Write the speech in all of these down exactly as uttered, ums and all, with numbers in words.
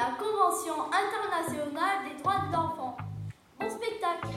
la Convention internationale des droits de l'enfant. Bon spectacle.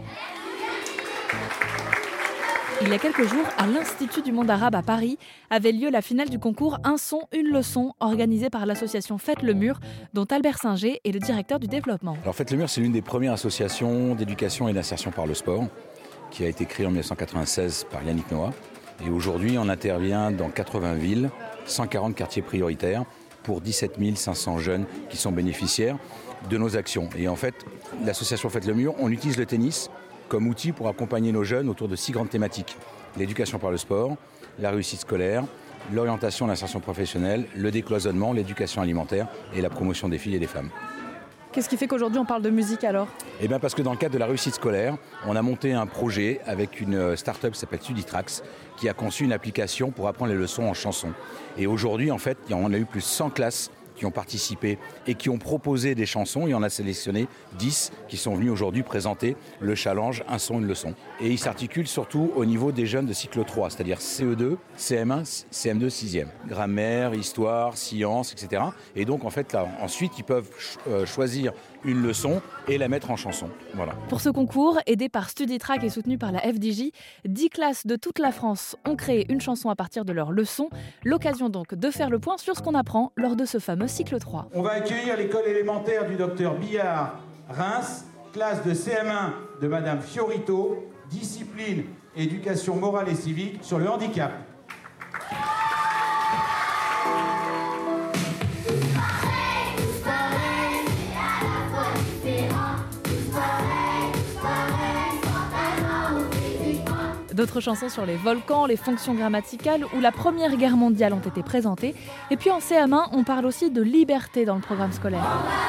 Il y a quelques jours, à l'Institut du monde arabe à Paris, avait lieu la finale du concours Un son, une leçon, organisée par l'association Faites le Mur, dont Albert Singer est le directeur du développement. Alors Faites le Mur, c'est l'une des premières associations d'éducation et d'insertion par le sport, qui a été créée en dix-neuf cent quatre-vingt-seize par Yannick Noah. Et aujourd'hui, on intervient dans quatre-vingts villes, cent quarante quartiers prioritaires, pour dix-sept mille cinq cents jeunes qui sont bénéficiaires de nos actions. Et en fait, l'association Faites le Mur, on utilise le tennis comme outil pour accompagner nos jeunes autour de six grandes thématiques. L'éducation par le sport, la réussite scolaire, l'orientation et l'insertion professionnelle, le décloisonnement, l'éducation alimentaire et la promotion des filles et des femmes. Qu'est-ce qui fait qu'aujourd'hui on parle de musique alors ? Eh bien parce que dans le cadre de la réussite scolaire, on a monté un projet avec une start-up qui s'appelle Studitrax, qui a conçu une application pour apprendre les leçons en chanson. Et aujourd'hui, en fait, on a eu plus de cent classes qui ont participé et qui ont proposé des chansons, et on a sélectionné dix qui sont venus aujourd'hui présenter le challenge Un son, une leçon. Et ils s'articulent surtout au niveau des jeunes de cycle trois, c'est-à-dire C E deux, C M un, C M deux, sixième. Grammaire, histoire, sciences, et cetera. Et donc en fait, là, ensuite, ils peuvent ch- euh, choisir une leçon et la mettre en chanson. Voilà. Pour ce concours, aidé par Studitrack et soutenu par la F D J, dix classes de toute la France ont créé une chanson à partir de leurs leçons. L'occasion donc de faire le point sur ce qu'on apprend lors de ce fameux cycle trois. On va accueillir l'école élémentaire du docteur Billard, Reims, classe de C M un de Madame Fiorito, discipline éducation morale et civique sur le handicap. D'autres chansons sur les volcans, les fonctions grammaticales ou la Première Guerre mondiale ont été présentées. Et puis en C M un, on parle aussi de liberté dans le programme scolaire.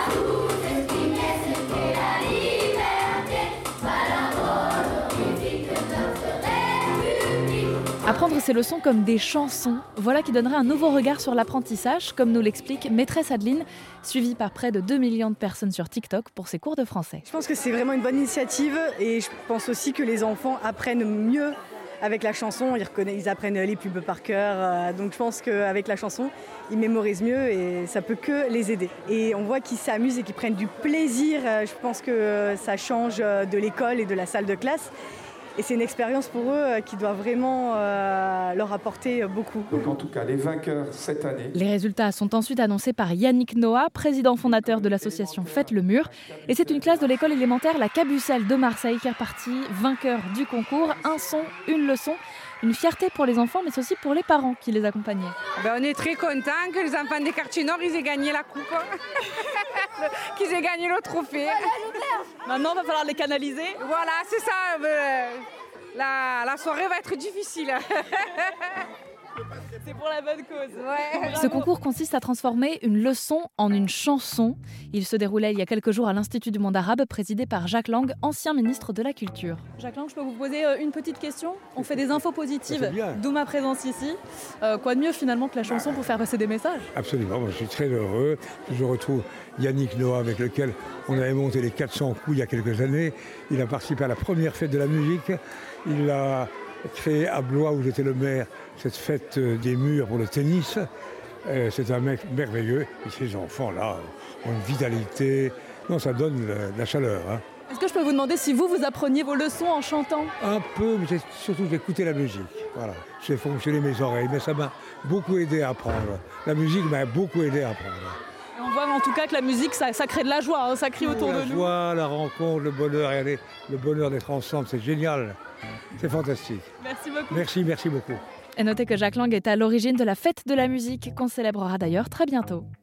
Apprendre ces leçons comme des chansons, voilà qui donnerait un nouveau regard sur l'apprentissage, comme nous l'explique Maîtresse Adeline, suivie par près de deux millions de personnes sur TikTok pour ses cours de français. Je pense que c'est vraiment une bonne initiative et je pense aussi que les enfants apprennent mieux avec la chanson. Ils, reconnaissent, ils apprennent les pubs par cœur, donc je pense qu'avec la chanson, ils mémorisent mieux et ça peut que les aider. Et on voit qu'ils s'amusent et qu'ils prennent du plaisir. Je pense que ça change de l'école et de la salle de classe. Et c'est une expérience pour eux qui doit vraiment euh, leur apporter beaucoup. Donc en tout cas, les vainqueurs cette année. Les résultats sont ensuite annoncés par Yannick Noah, président fondateur de l'association Faites le Mur. Et c'est une classe de l'école élémentaire La Cabucelle de Marseille qui est repartie vainqueur du concours. Un son, une leçon. Une fierté pour les enfants, mais aussi pour les parents qui les accompagnaient. Ben on est très contents que les enfants des quartiers nord ils aient gagné la coupe, qu'ils aient gagné le trophée. Maintenant, il va falloir les canaliser. Voilà, c'est ça. Euh, la, la soirée va être difficile. C'est pour la bonne cause. Ouais. Ce concours consiste à transformer une leçon en une chanson. Il se déroulait il y a quelques jours à l'Institut du monde arabe, présidé par Jacques Lang, ancien ministre de la Culture. Jacques Lang, je peux vous poser une petite question ? On fait des infos positives, d'où ma présence ici. Euh, quoi de mieux finalement que la chanson pour faire passer des messages ? Absolument, moi, je suis très heureux. Je retrouve Yannick Noah avec lequel on avait monté les quatre cents coups il y a quelques années. Il a participé à la première fête de la musique. Il a créé à Blois, où j'étais le maire, cette fête des murs pour le tennis. Euh, c'est un mec merveilleux. Et ces enfants-là ont une vitalité. Non, ça donne la, la chaleur. Hein. Est-ce que je peux vous demander si vous, vous appreniez vos leçons en chantant ? Un peu, mais j'ai surtout j'écoutais la musique. Voilà. J'ai fonctionné mes oreilles, mais ça m'a beaucoup aidé à apprendre. La musique m'a beaucoup aidé à apprendre. Et on voit en tout cas que la musique, ça, ça crée de la joie, hein, ça crie autour la de nous. La joie, la rencontre, le bonheur, regardez, le bonheur d'être ensemble, c'est génial. C'est fantastique. Merci beaucoup. Merci, merci beaucoup. Et notez que Jacques Lang est à l'origine de la fête de la musique qu'on célébrera d'ailleurs très bientôt.